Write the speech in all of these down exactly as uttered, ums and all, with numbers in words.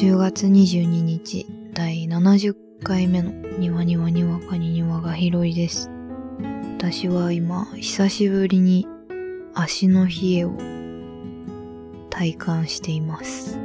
じゅうがつにじゅうににちだいななじゅっかいめのにわにわにわかに庭が広いです。私は今久しぶりに足の冷えを体感しています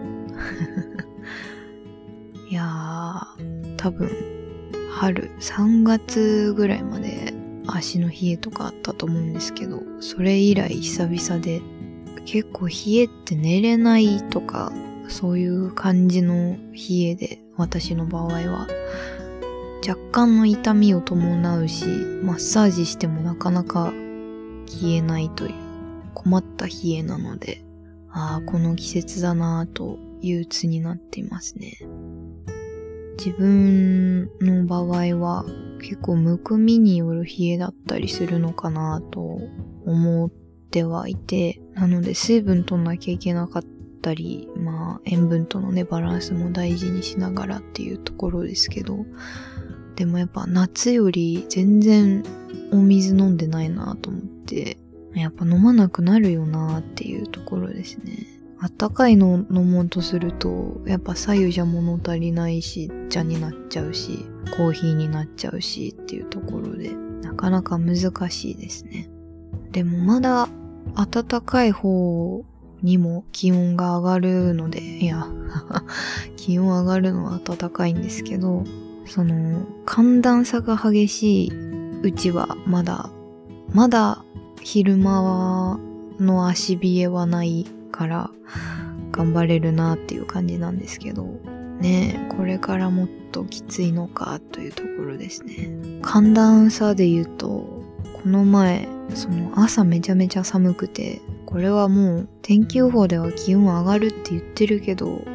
いやー多分春さんがつぐらいまで足の冷えとかあったと思うんですけど、それ以来久々で、結構冷えって寝れないとかそういう感じの冷えで、私の場合は若干の痛みを伴うし、マッサージしてもなかなか消えないという困った冷えなので、ああこの季節だなぁと憂鬱になっていますね。自分の場合は結構むくみによる冷えだったりするのかなと思ってはいて、なので水分取んなきゃいけなかったり、まあ塩分とのねバランスも大事にしながらっていうところですけど、でもやっぱ夏より全然お水飲んでないなと思って、やっぱ飲まなくなるよなっていうところですね。あったかいの飲もうとするとやっぱ白湯じゃ物足りないし、茶になっちゃうし、コーヒーになっちゃうしっていうところでなかなか難しいですね。でもまだ暖かい方にも気温が上がるので、いや気温上がるのは暖かいんですけど、その寒暖差が激しいうちはまだまだ昼間の足冷えはないから頑張れるなっていう感じなんですけどね。えこれからもっときついのかというところですね。寒暖差で言うと、この前その朝めちゃめちゃ寒くて、これはもう天気予報では気温上がるって言ってるけど、うん、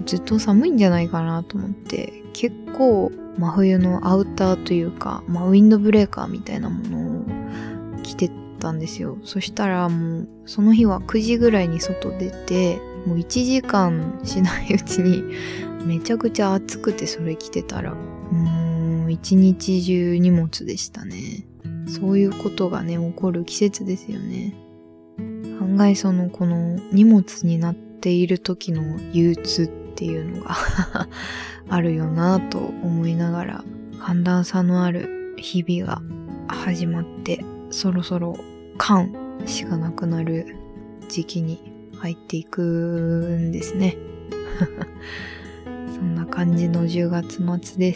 ずっと寒いんじゃないかなと思って、結構真冬のアウターというか、まあ、ウィンドブレーカーみたいなものを着てたんですよ。そしたらもうその日はくじぐらいに外出て、もういちじかんしないうちにめちゃくちゃ暑くて、それ着てたらもう一日中荷物でしたね。そういうことがね起こる季節ですよね。案外そのこの荷物になっている時の憂鬱っていうのがあるよなと思いながら、寒暖差のある日々が始まってそろそろ寒しかなくなる時期に入っていくんですねそんな感じのじゅうがつ末です。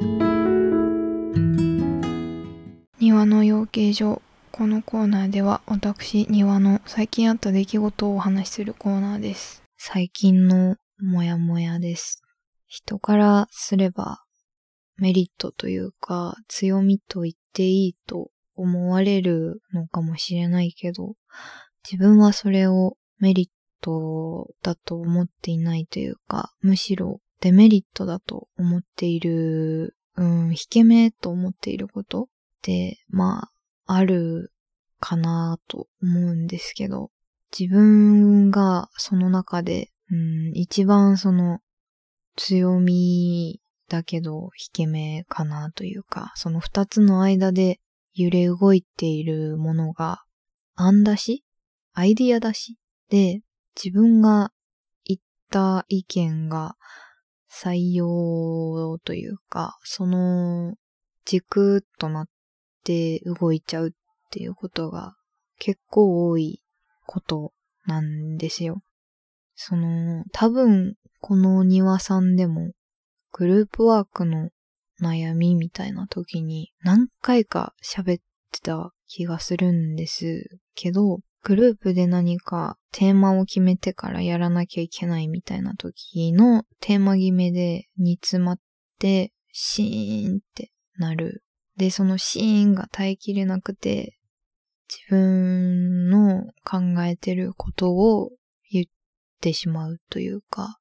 庭の養鶏場。このコーナーでは私庭の最近あった出来事をお話しするコーナーです。最近のモヤモヤです。人からすればメリットというか強みと言っていいと思われるのかもしれないけど、自分はそれをメリットだと思っていないというか、むしろデメリットだと思っている、うん、引け目と思っていることってまああるかなと思うんですけど、自分がその中で、うん、一番その強みだけど引け目かなというか、その二つの間で揺れ動いているものが案出し？アイディア出しで、自分が言った意見が採用というか、その軸となって動いちゃうっていうことが結構多いことなんですよ。その多分この庭さんでもグループワークの悩みみたいな時に何回か喋ってた気がするんですけど、グループで何かテーマを決めてからやらなきゃいけないみたいな時のテーマ決めで煮詰まってシーンってなる。で、そのシーンが耐えきれなくて自分の考えてることを言ってしまうというか、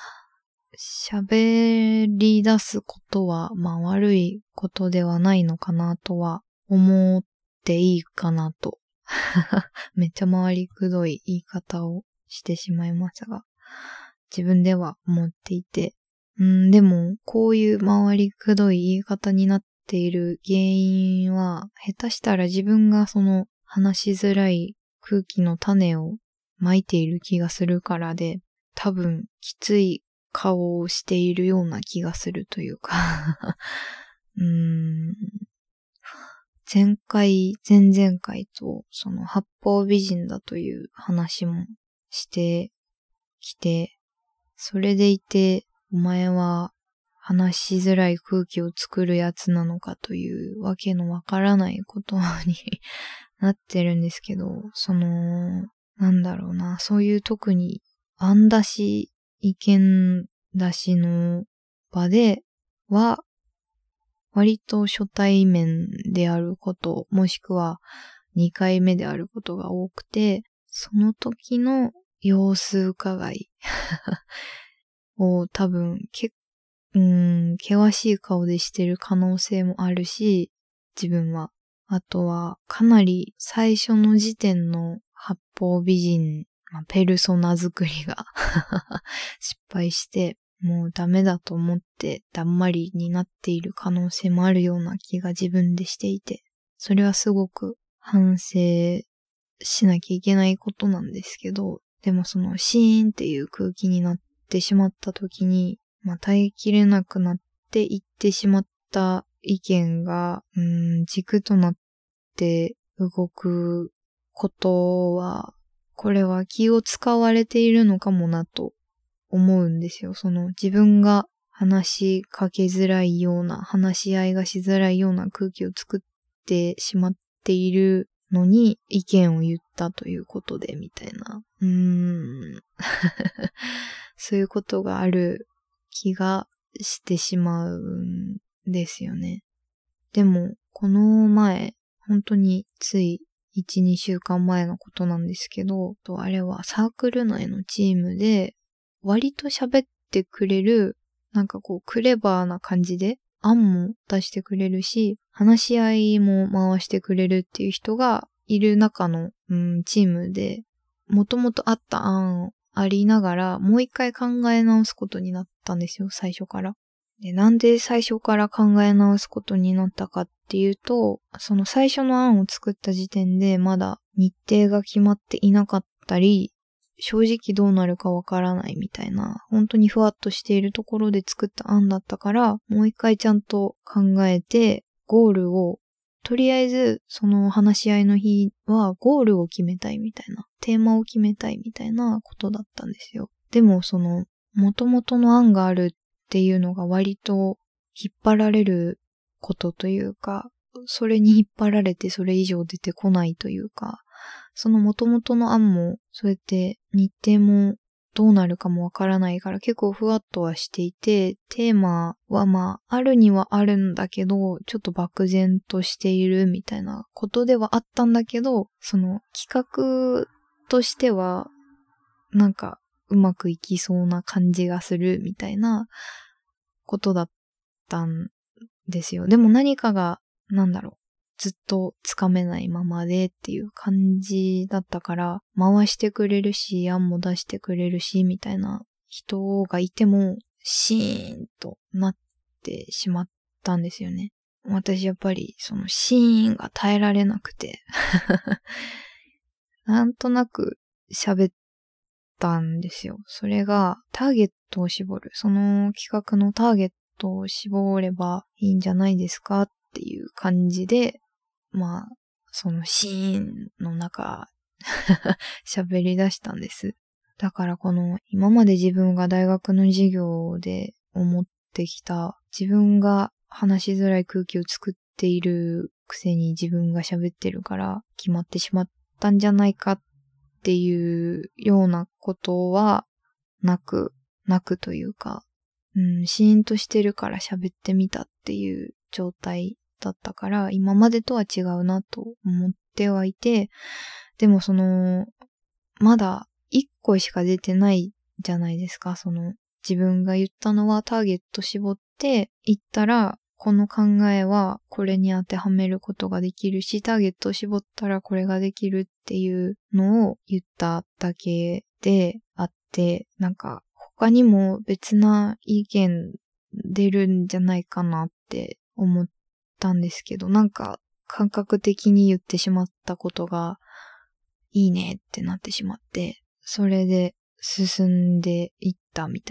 喋り出すことはまあ悪いことではないのかなとは思っていいかなとめっちゃ回りくどい言い方をしてしまいますが、自分では思っていて、うん、でもこういう回りくどい言い方になっている原因は、下手したら自分がその話しづらい空気の種をまいている気がするからで、多分きつい顔をしているような気がするというかうーん前回、前々回とその八方美人だという話もしてきて、それでいてお前は話しづらい空気を作るやつなのかというわけのわからないことになってるんですけど、その、なんだろうな、そういう特に案出し、意見出しの場では、割と初対面であること、もしくはにかいめであることが多くて、その時の様子伺いを多分結うーん、険しい顔でしてる可能性もあるし、自分は。あとは、かなり最初の時点の八方美人、まあ、ペルソナ作りが失敗して、もうダメだと思ってだんまりになっている可能性もあるような気が自分でしていて、それはすごく反省しなきゃいけないことなんですけど、でもそのシーンっていう空気になってしまった時に、まあ、耐えきれなくなっていってしまった意見が、うーん、軸となって動くことは、これは気を使われているのかもなと思うんですよ。その自分が話しかけづらいような、話し合いがしづらいような空気を作ってしまっているのに意見を言ったということでみたいな。うーん。そういうことがある気がしてしまうんですよね。でも、この前、本当についいち、にしゅうかんまえのことなんですけど、あれはサークル内のチームで、割と喋ってくれる、なんかこう、クレバーな感じで、案も出してくれるし、話し合いも回してくれるっていう人がいる中の、うん、チームで、もともとあった案ありながら、もう一回考え直すことになったんですよ、最初から。で、なんで最初から考え直すことになったかっていうと、その最初の案を作った時点でまだ日程が決まっていなかったり、正直どうなるかわからないみたいな、本当にふわっとしているところで作った案だったから、もう一回ちゃんと考えて、ゴールを、とりあえずその話し合いの日はゴールを決めたいみたいな、テーマを決めたいみたいなことだったんですよ。でもその、元々の案があるっていうのが割と引っ張られることというか、それに引っ張られてそれ以上出てこないというか、その元々の案もそうやって日程もどうなるかもわからないから結構ふわっとはしていて、テーマはまああるにはあるんだけど、ちょっと漠然としているみたいなことではあったんだけど、その企画としてはなんかうまくいきそうな感じがするみたいなことだったんですよ。でも何かが、なんだろう、ずっとつかめないままでっていう感じだったから、回してくれるし、案も出してくれるし、みたいな人がいても、シーンとなってしまったんですよね。私やっぱり、そのシーンが耐えられなくて、なんとなく喋ったんですよ。それが、ターゲットを絞る。その企画のターゲットを絞ればいいんじゃないですかっていう感じで、まあ、そのシーンの中、喋り出したんです。だからこの、今まで自分が大学の授業で思ってきた、自分が話しづらい空気を作っているくせに自分が喋ってるから決まってしまったんじゃないかっていうようなことはなく、なくというか、うん、シーンとしてるから喋ってみたっていう状態だったから、今までとは違うなと思ってはいて、でもその、まだ一個しか出てないじゃないですか。その、自分が言ったのはターゲット絞って言ったら、この考えはこれに当てはめることができるし、ターゲットを絞ったらこれができるっていうのを言っただけであって、なんか他にも別な意見出るんじゃないかなって思ったんですけど、なんか感覚的に言ってしまったことがいいねってなってしまって、それで進んでいったみたいな。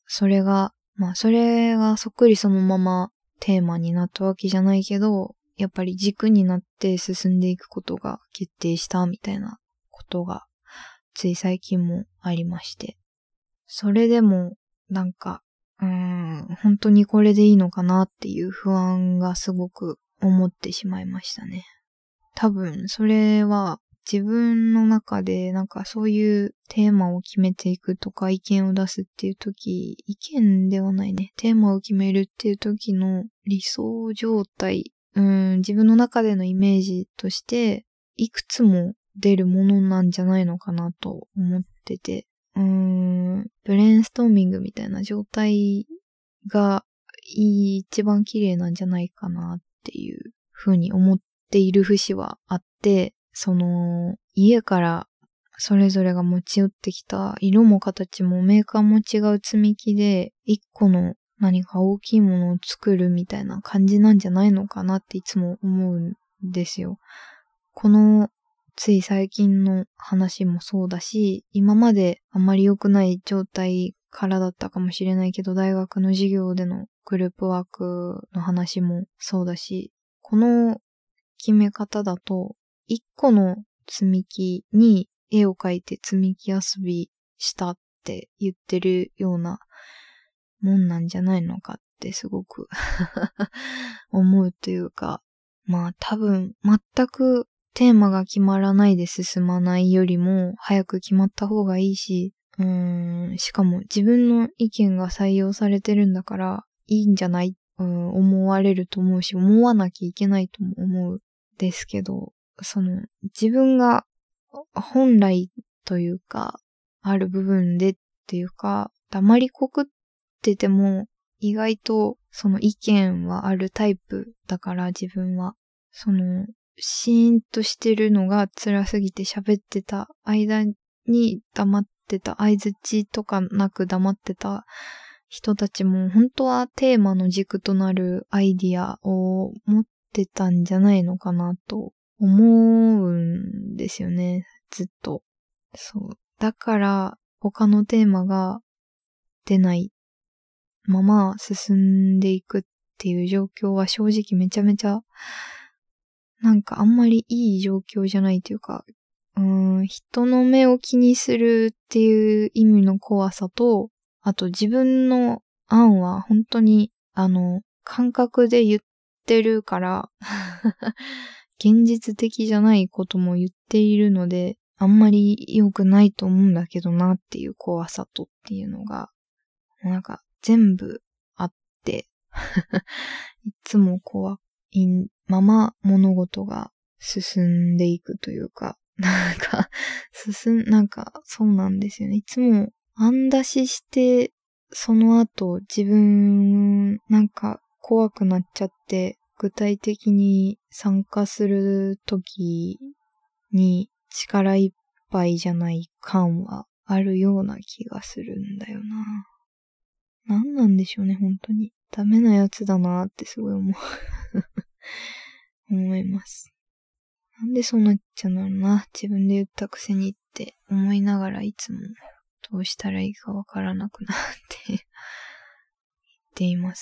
それが、まあそれがそっくりそのままテーマになったわけじゃないけど、やっぱり軸になって進んでいくことが決定したみたいなことがつい最近もありまして。それでもなんか、うーん、本当にこれでいいのかなっていう不安がすごく思ってしまいましたね。多分それは自分の中でなんかそういうテーマを決めていくとか意見を出すっていう時、意見ではないね、テーマを決めるっていう時の理想状態、うーん、自分の中でのイメージとしていくつも出るものなんじゃないのかなと思ってて、うーん、ブレインストーミングみたいな状態がいい一番綺麗なんじゃないかなっていうふうに思っている節はあって、その家からそれぞれが持ち寄ってきた色も形もメーカーも違う積み木で一個の何か大きいものを作るみたいな感じなんじゃないのかなっていつも思うんですよ。このつい最近の話もそうだし、今まであまり良くない状態からだったかもしれないけど、大学の授業でのグループワークの話もそうだし、この決め方だと、一個の積み木に絵を描いて積み木遊びしたって言ってるようなもんなんじゃないのかってすごく思うというか、まあ多分全くテーマが決まらないで進まないよりも早く決まった方がいいし、うーん、しかも自分の意見が採用されてるんだからいいんじゃない、うん、思われると思うし、思わなきゃいけないとも思うですけど、その自分が本来というかある部分でっていうか、黙りこくってても意外とその意見はあるタイプだから自分はそのシーンとしてるのが辛すぎて喋ってた間に黙ってた、相槌とかなく黙ってた人たちも本当はテーマの軸となるアイディアを持ってたんじゃないのかなと思うんですよね、ずっと。そう。だから他のテーマが出ないまま進んでいくっていう状況は正直めちゃめちゃなんかあんまりいい状況じゃないというか、うーん、人の目を気にするっていう意味の怖さと、あと自分の案は本当にあの感覚で言ってるから現実的じゃないことも言っているので、あんまり良くないと思うんだけどなっていう怖さとっていうのがなんか全部あっていつも怖いまま物事が進んでいくというか、なんか進ん、なんかそうなんですよね。いつも案出ししてその後自分なんか怖くなっちゃって具体的に参加するときに力いっぱいじゃない感はあるような気がするんだよな。なんなんでしょうね、本当に。ダメなやつだなってすごい思う。思います。なんでそうなっちゃうんだろうな、自分で言ったくせにって思いながらいつもどうしたらいいかわからなくなって言っています。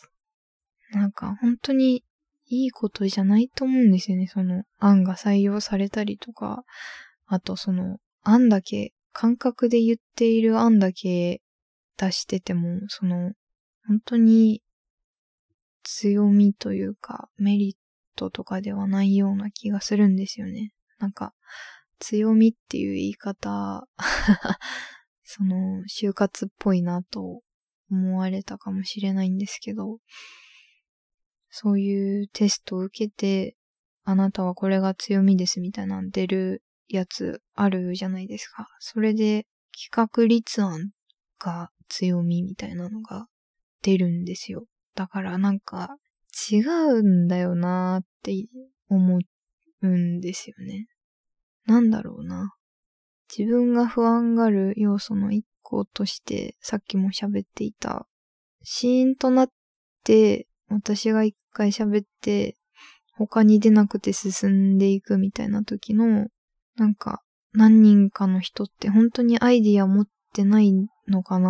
なんか本当にいいことじゃないと思うんですよね、その案が採用されたりとか、あとその案だけ、感覚で言っている案だけ出してても、その本当に強みというかメリットとかではないような気がするんですよね。なんか強みっていう言い方その就活っぽいなと思われたかもしれないんですけど、そういうテストを受けてあなたはこれが強みですみたいなの出るやつあるじゃないですか。それで企画立案が強みみたいなのが出るんですよ。だからなんか違うんだよなーって思うんですよね。なんだろうな。自分が不安がる要素の一個としてさっきも喋っていたシーンとなって私が一回喋って他に出なくて進んでいくみたいな時のなんか何人かの人って本当にアイディア持ってないのかなっ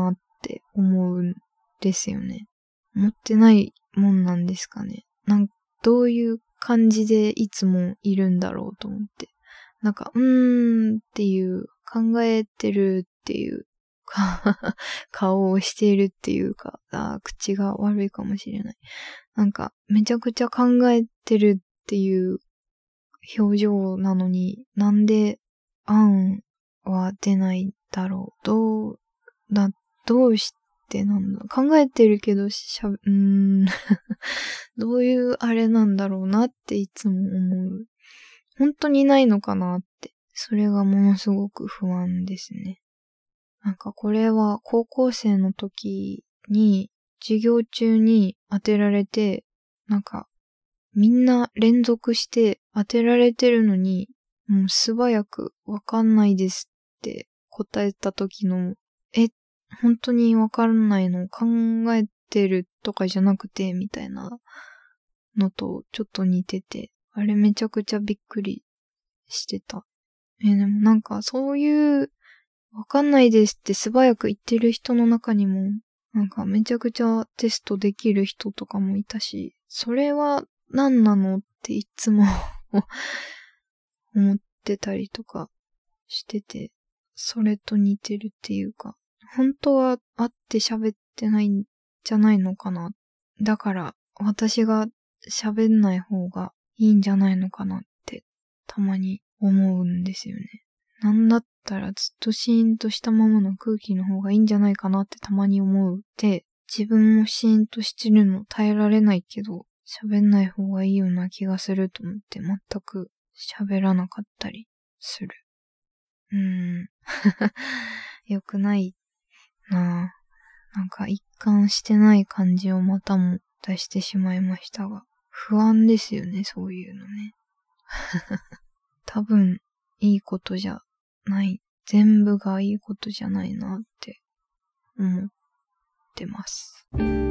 って思うんですよね。思ってないもんなんですかね。なんどういう感じでいつもいるんだろうと思って。なんか、うーんっていう考えてるっていう顔をしているっていうか、あ、口が悪いかもしれない。なんか、めちゃくちゃ考えてるっていう表情なのに、なんで、案は出ないんだろう。どう、だ、どうしてなんだ。考えてるけど、しゃ、うーん、どういうあれなんだろうなっていつも思う。本当にないのかなって。それがものすごく不安ですね。なんかこれは高校生の時に授業中に当てられて、なんかみんな連続して当てられてるのに、もう素早くわかんないですって答えた時の、え、本当にわかんないの考えてるとかじゃなくて、みたいなのとちょっと似てて、あれめちゃくちゃびっくりしてた。え、でもなんかそういうわかんないですって素早く言ってる人の中にも、なんかめちゃくちゃテストできる人とかもいたし、それは何なのっていつも思ってたりとかしてて、それと似てるっていうか、本当は会って喋ってないんじゃないのかな。だから私が喋んない方がいいんじゃないのかなってたまに思うんですよね。なんだったらずっとシーンとしたままの空気の方がいいんじゃないかなってたまに思う。で、自分もシーンとしてるの耐えられないけど、喋んない方がいいような気がすると思って全く喋らなかったりする。うーん。よくないなぁ。なんか一貫してない感じをまたも出してしまいましたが、不安ですよね、そういうのね。多分、いいことじゃない。全部がいいことじゃないなって思ってます。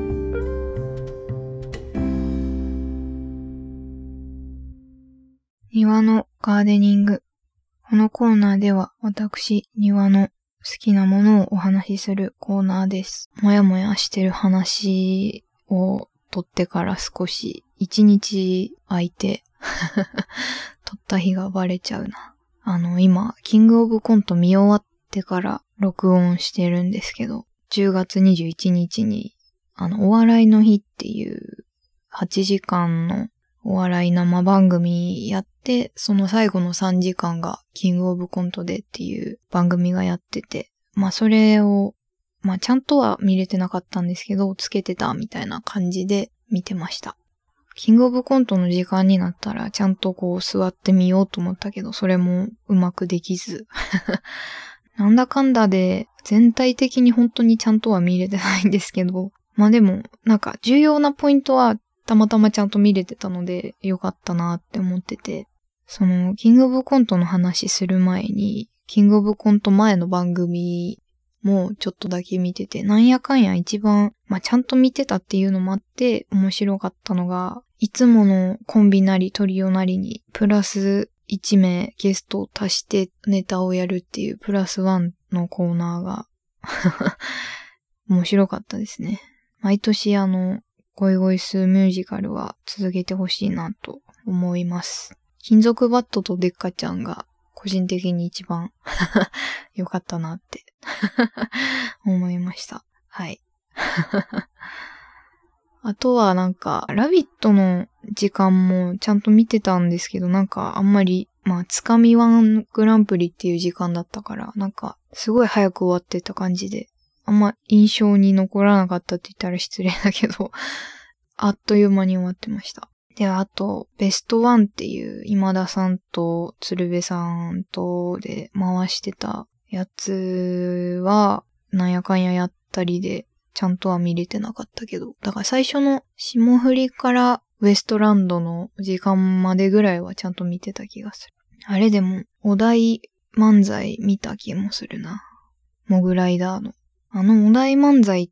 庭のガーデニング。このコーナーでは私、庭の好きなものをお話しするコーナーです。もやもやしてる話を撮ってから少し一日空いて撮った日がバレちゃうな。あの、今、キングオブコント見終わってから録音してるんですけど、じゅうがつにじゅういちにちに、あの、お笑いの日っていうはちじかんのお笑い生番組やって、その最後のさんじかんがキングオブコントでっていう番組がやってて、まあそれを、まあちゃんとは見れてなかったんですけど、つけてたみたいな感じで見てました。キングオブコントの時間になったらちゃんとこう座ってみようと思ったけど、それもうまくできず。なんだかんだで全体的に本当にちゃんとは見れてないんですけど、まあでもなんか重要なポイントはたまたまちゃんと見れてたのでよかったなって思ってて、そのキングオブコントの話する前に、キングオブコント前の番組もちょっとだけ見てて、なんやかんや一番、まあちゃんと見てたっていうのもあって面白かったのが、いつものコンビなりトリオなりにプラスいちめいゲストを足してネタをやるっていうプラスワンのコーナーが面白かったですね。毎年あの、ゴイゴイスーミュージカルは続けてほしいなと思います。金属バットとデッカちゃんが個人的に一番良かったなって思いました。はい。あとはなんか、ラビットの時間もちゃんと見てたんですけど、なんかあんまり、まあ、つかみワングランプリっていう時間だったから、なんか、すごい早く終わってた感じで、あんま印象に残らなかったって言ったら失礼だけど、あっという間に終わってました。で、あと、ベストワンっていう今田さんと鶴瓶さんとで回してたやつは、なんやかんややったりで、ちゃんとは見れてなかったけど、だから最初の霜降りからウエストランドの時間までぐらいはちゃんと見てた気がする。あれでも、お題漫才見た気もするな。モグライダーの。あのお題漫才って、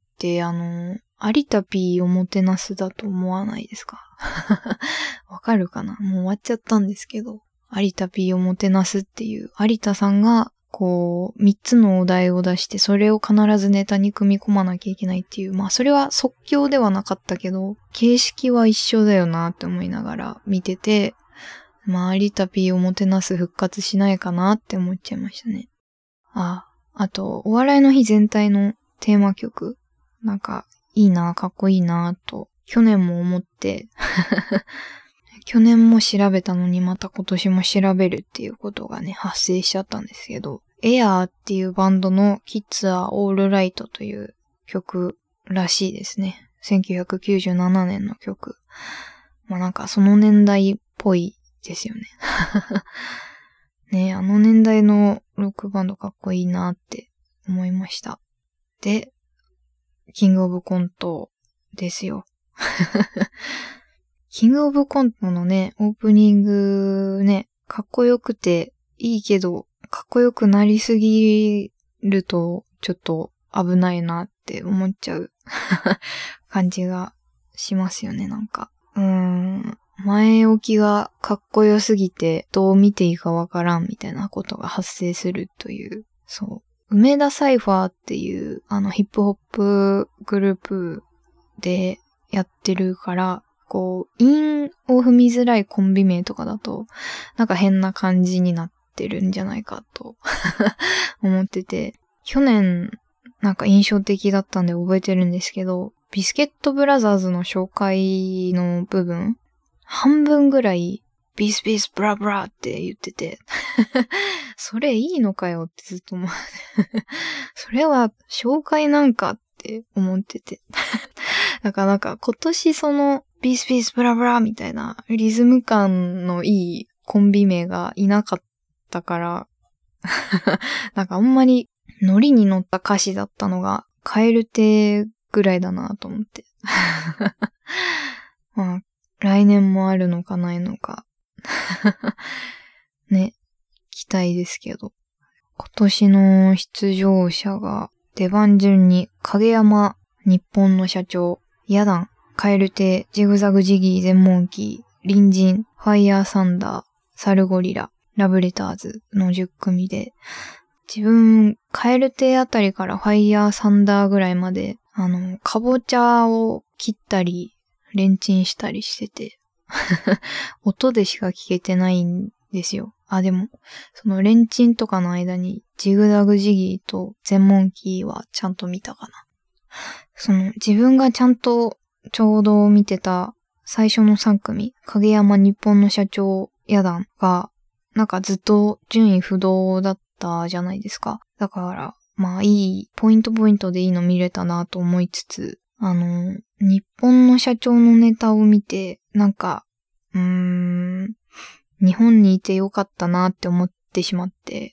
あの、有田 P をもてなすだと思わないですか？わかるかな？もう終わっちゃったんですけど、有田 P をもてなすっていう、有田さんがこう、みっつのお題を出して、それを必ずネタに組み込まなきゃいけないっていう、まあそれは即興ではなかったけど、形式は一緒だよなって思いながら見てて、まあ有田 P をもてなす復活しないかなって思っちゃいましたね。あ、あと、お笑いの日全体のテーマ曲、なんか、いいな、かっこいいなと、去年も思って、去年も調べたのにまた今年も調べるっていうことがね、発生しちゃったんですけど、エアーっていうバンドの Kids Are All Right という曲らしいですね。せんきゅうひゃくきゅうじゅうななねんの曲。まあなんかその年代っぽいですよね。ね、あの年代のロックバンドかっこいいなって思いました。で、キングオブコントですよ。キングオブコントのね、オープニングね、かっこよくていいけど、かっこよくなりすぎるとちょっと危ないなって思っちゃう感じがしますよね、なんか。うーん、前置きがかっこよすぎてどう見ていいかわからんみたいなことが発生するという、そう。梅田サイファーっていうあのヒップホップグループでやってるから、こう、韻を踏みづらいコンビ名とかだと、なんか変な感じになってるんじゃないかと思ってて、去年なんか印象的だったんで覚えてるんですけど、ビスケットブラザーズの紹介の部分、半分ぐらいビスビスブラブラって言ってて、それいいのかよってずっと思う。それは紹介なんかって思ってて。だからなんか今年そのビスビスブラブラみたいなリズム感のいいコンビ名がいなかったから、なんかあんまりノリに乗った歌詞だったのがカエル亭ぐらいだなと思って。まあ、来年もあるのかないのか。ね、期待ですけど。今年の出場者が出番順に影山、日本の社長、ヤダン、カエル亭、ジグザグジギー、ゼンモンキー、隣人、ファイヤーサンダー、サルゴリラ、ラブレターズのじゅっくみで、自分、カエル亭あたりからファイヤーサンダーぐらいまで、あの、かぼちゃを切ったり、レンチンしたりしてて、音でしか聞けてないんですよ。あ、でも、そのレンチンとかの間に、ジグザグジギーとゼンモンキーはちゃんと見たかな。その、自分がちゃんとちょうど見てた最初のさん組、影山日本の社長ヤダンが、なんかずっと順位不動だったじゃないですか。だから、まあいい、ポイントポイントでいいの見れたなと思いつつ、あの、日本の社長のネタを見て、なんか、うーん、日本にいてよかったなって思ってしまって、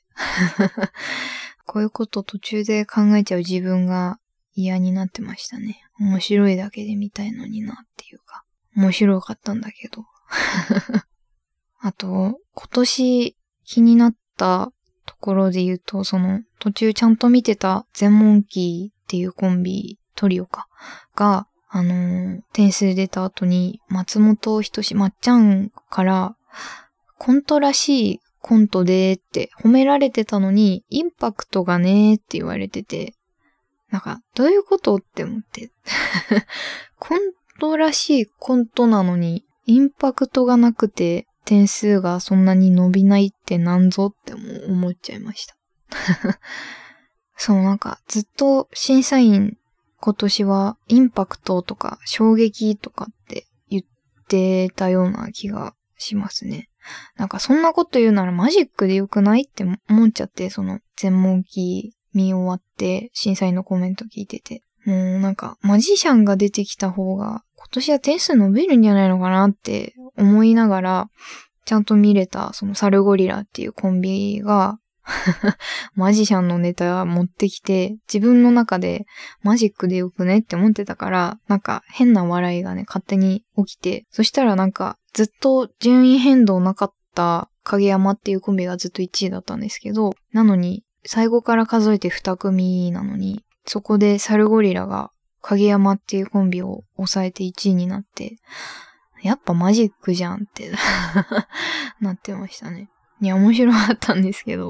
こういうこと途中で考えちゃう自分が嫌になってましたね。面白いだけで見たいのになっていうか、面白かったんだけど。あと、今年気になったところで言うと、その途中ちゃんと見てたゼンモンキーっていうコンビ、トリオか、が、あのー、点数出た後に松本人志、まっちゃんからコントらしいコントでーって褒められてたのにインパクトがねーって言われてて、なんかどういうことって思って。コントらしいコントなのにインパクトがなくて点数がそんなに伸びないってなんぞって思っちゃいました。そう、なんかずっと審査員今年はインパクトとか衝撃とかって言ってたような気がしますね。なんかそんなこと言うならマジックでよくないって思っちゃって、その全問記見終わって審査員のコメント聞いてて。もうなんかマジシャンが出てきた方が今年は点数伸びるんじゃないのかなって思いながらちゃんと見れたそのサルゴリラっていうコンビがマジシャンのネタ持ってきて、自分の中でマジックでよくねって思ってたから、なんか変な笑いがね、勝手に起きて、そしたらなんかずっと順位変動なかった影山っていうコンビがずっといちいだったんですけど、なのに最後から数えてに組なのに、そこでサルゴリラが影山っていうコンビを抑えていちいになって、やっぱマジックじゃんってなってましたね。いや、面白かったんですけど、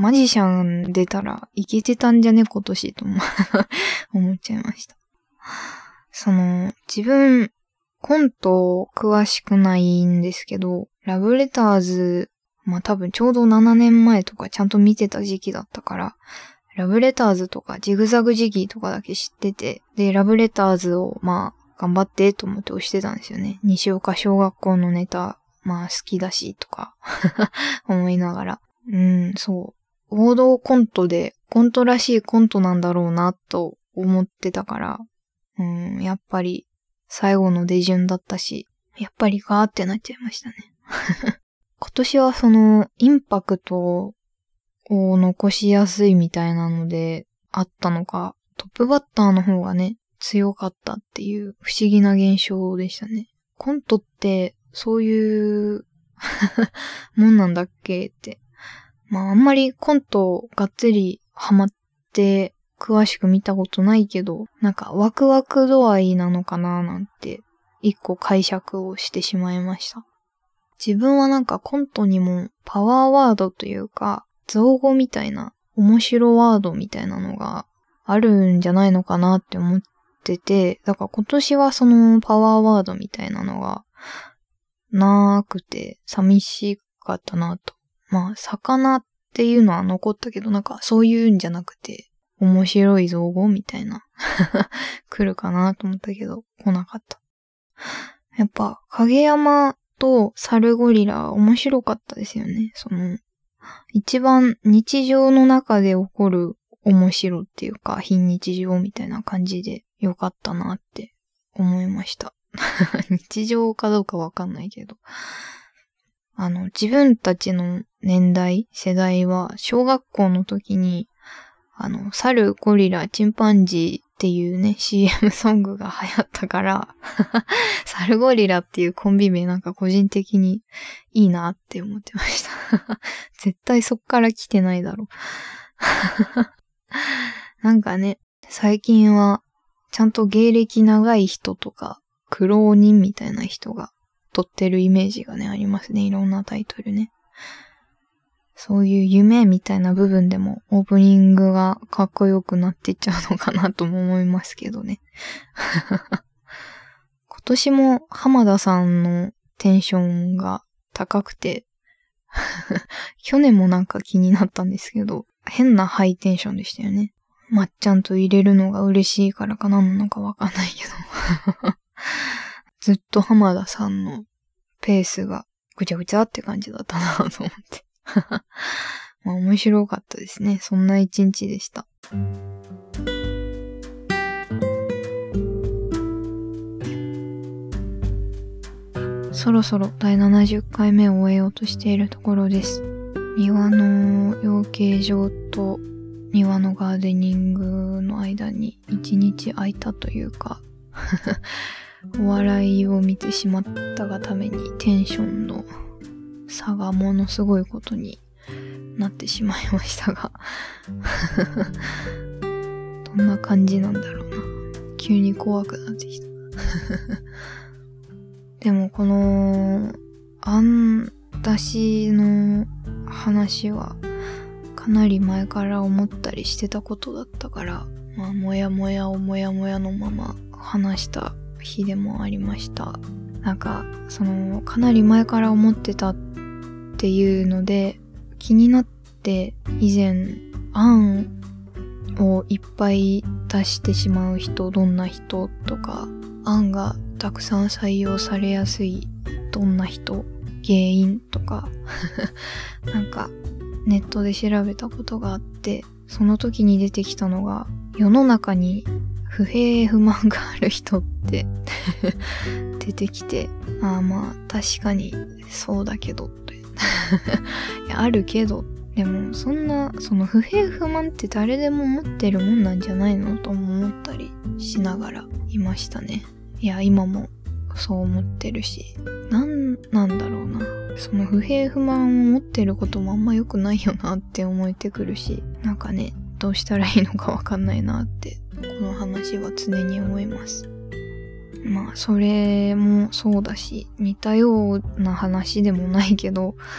マジシャン出たらいけてたんじゃね今年とも思っちゃいました。その、自分、コント詳しくないんですけど、ラブレターズ、まあ多分ちょうどななねんまえとかちゃんと見てた時期だったから、ラブレターズとかジグザグジギーとかだけ知ってて、で、ラブレターズをまあ頑張ってと思って押してたんですよね。西岡小学校のネタ、まあ好きだしとか思いながら。うん、そう。王道コントでコントらしいコントなんだろうなと思ってたから、うん、やっぱり最後の出順だったし、やっぱりかーってなっちゃいましたね。今年はそのインパクトを残しやすいみたいなのであったのか、トップバッターの方がね、強かったっていう不思議な現象でしたね。コントってそういうもんなんだっけって。まああんまりコントがっつりハマって詳しく見たことないけど、なんかワクワク度合いなのかななんて一個解釈をしてしまいました。自分はなんかコントにもパワーワードというか造語みたいな面白ワードみたいなのがあるんじゃないのかなって思ってて、だから今年はそのパワーワードみたいなのがなくて寂しかったなと。まあ魚っていうのは残ったけど、なんかそういうんじゃなくて面白い造語みたいな来るかなと思ったけど来なかった。やっぱ影山とサルゴリラ面白かったですよね。その一番日常の中で起こる面白っていうか非日常みたいな感じでよかったなって思いました。日常かどうかわかんないけど、あの自分たちの年代世代は小学校の時にあのサルゴリラチンパンジーっていうね シーエム ソングが流行ったからサルゴリラっていうコンビ名なんか個人的にいいなって思ってました絶対そっから来てないだろなんかね、最近はちゃんと芸歴長い人とか苦労人みたいな人が撮ってるイメージがねありますね。いろんなタイトルね。そういう夢みたいな部分でもオープニングがかっこよくなっていっちゃうのかなとも思いますけどね。今年も浜田さんのテンションが高くて去年もなんか気になったんですけど、変なハイテンションでしたよね。まっちゃんと入れるのが嬉しいからか何なのかわかんないけどずっと浜田さんのペースがぐちゃぐちゃって感じだったなと思ってまあ面白かったですね。そんな一日でした。そろそろだいななじゅっかいめを終えようとしているところです。庭の養鶏場と庭のガーデニングの間に一日空いたというかお笑いを見てしまったがためにテンションの差がものすごいことになってしまいましたがどんな感じなんだろうな。急に怖くなってきたでもこのあんだしの話はかなり前から思ったりしてたことだったから、まあもやもやをもやもやのまま話した日でもありました。なんかそのかなり前から思ってたっていうので気になって、以前案をいっぱい出してしまう人、どんな人とか、案がたくさん採用されやすいどんな人、原因とかなんかネットで調べたことがあって、その時に出てきたのが、世の中に不平不満がある人って出てきて、ああまあ確かにそうだけどっていやあるけど、でもそんなその不平不満って誰でも持ってるもんなんじゃないのとも思ったりしながらいましたね。いや今もそう思ってるし、なんなんだろうな、その不平不満を持ってることもあんま良くないよなって思えてくるし、なんかねどうしたらいいのかわかんないなってこの話は常に思います。まあそれもそうだし、似たような話でもないけど、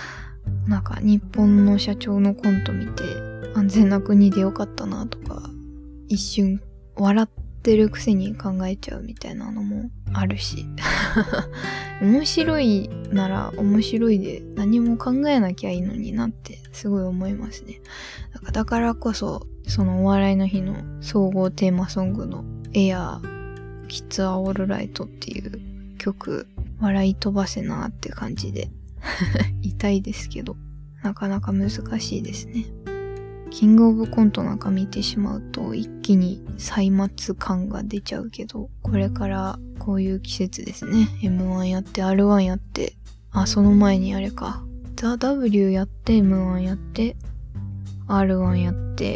なんか日本の社長のコント見て安全な国でよかったなとか一瞬笑ってるくせに考えちゃうみたいなのもあるし面白いなら面白いで何も考えなきゃいいのになってすごい思いますね。だからだからこそそのお笑いの日の総合テーマソングのエアーキッズアオールライトっていう曲笑い飛ばせなって感じで痛いですけどなかなか難しいですね。キングオブコントなんか見てしまうと一気に歳末感が出ちゃうけど、これからこういう季節ですね。 エムワン やって アールワン やって、あ、その前にあれか ザ・ ダブリュー やって エムワン やって アールワン やって、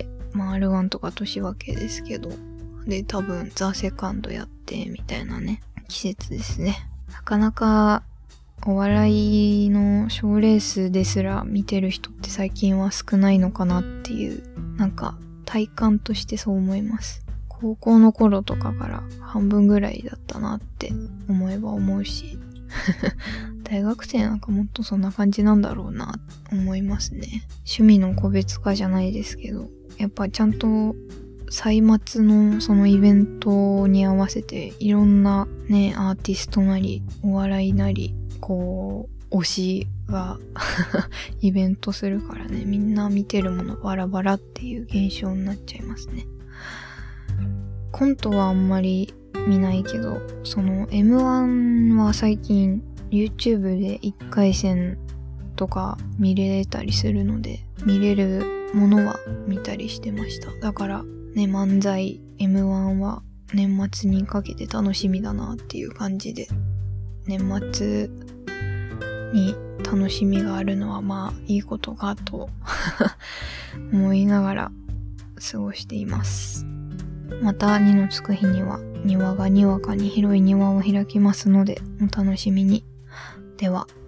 まあ アールワン とか年分けですけど、で多分ザ・セカンドやってみたいなね季節ですね。なかなかお笑いの賞レースですら見てる人って最近は少ないのかなっていう、なんか体感としてそう思います。高校の頃とかから半分ぐらいだったなって思えば思うし大学生なんかもっとそんな感じなんだろうな思いますね。趣味の個別化じゃないですけど、やっぱちゃんと歳末のそのイベントに合わせていろんなねアーティストなりお笑いなりこう推しがイベントするからね、みんな見てるものバラバラっていう現象になっちゃいますね。コントはあんまり見ないけど、その エムワン は最近 YouTube でいっかい戦とか見れたりするので、見れるものは見たりしてました。だからね、漫才 エムワン は年末にかけて楽しみだなっていう感じで、年末に楽しみがあるのはまあいいことかと思いながら過ごしています。またにのつく日には庭がにわかに広い庭を開きますのでお楽しみに。では。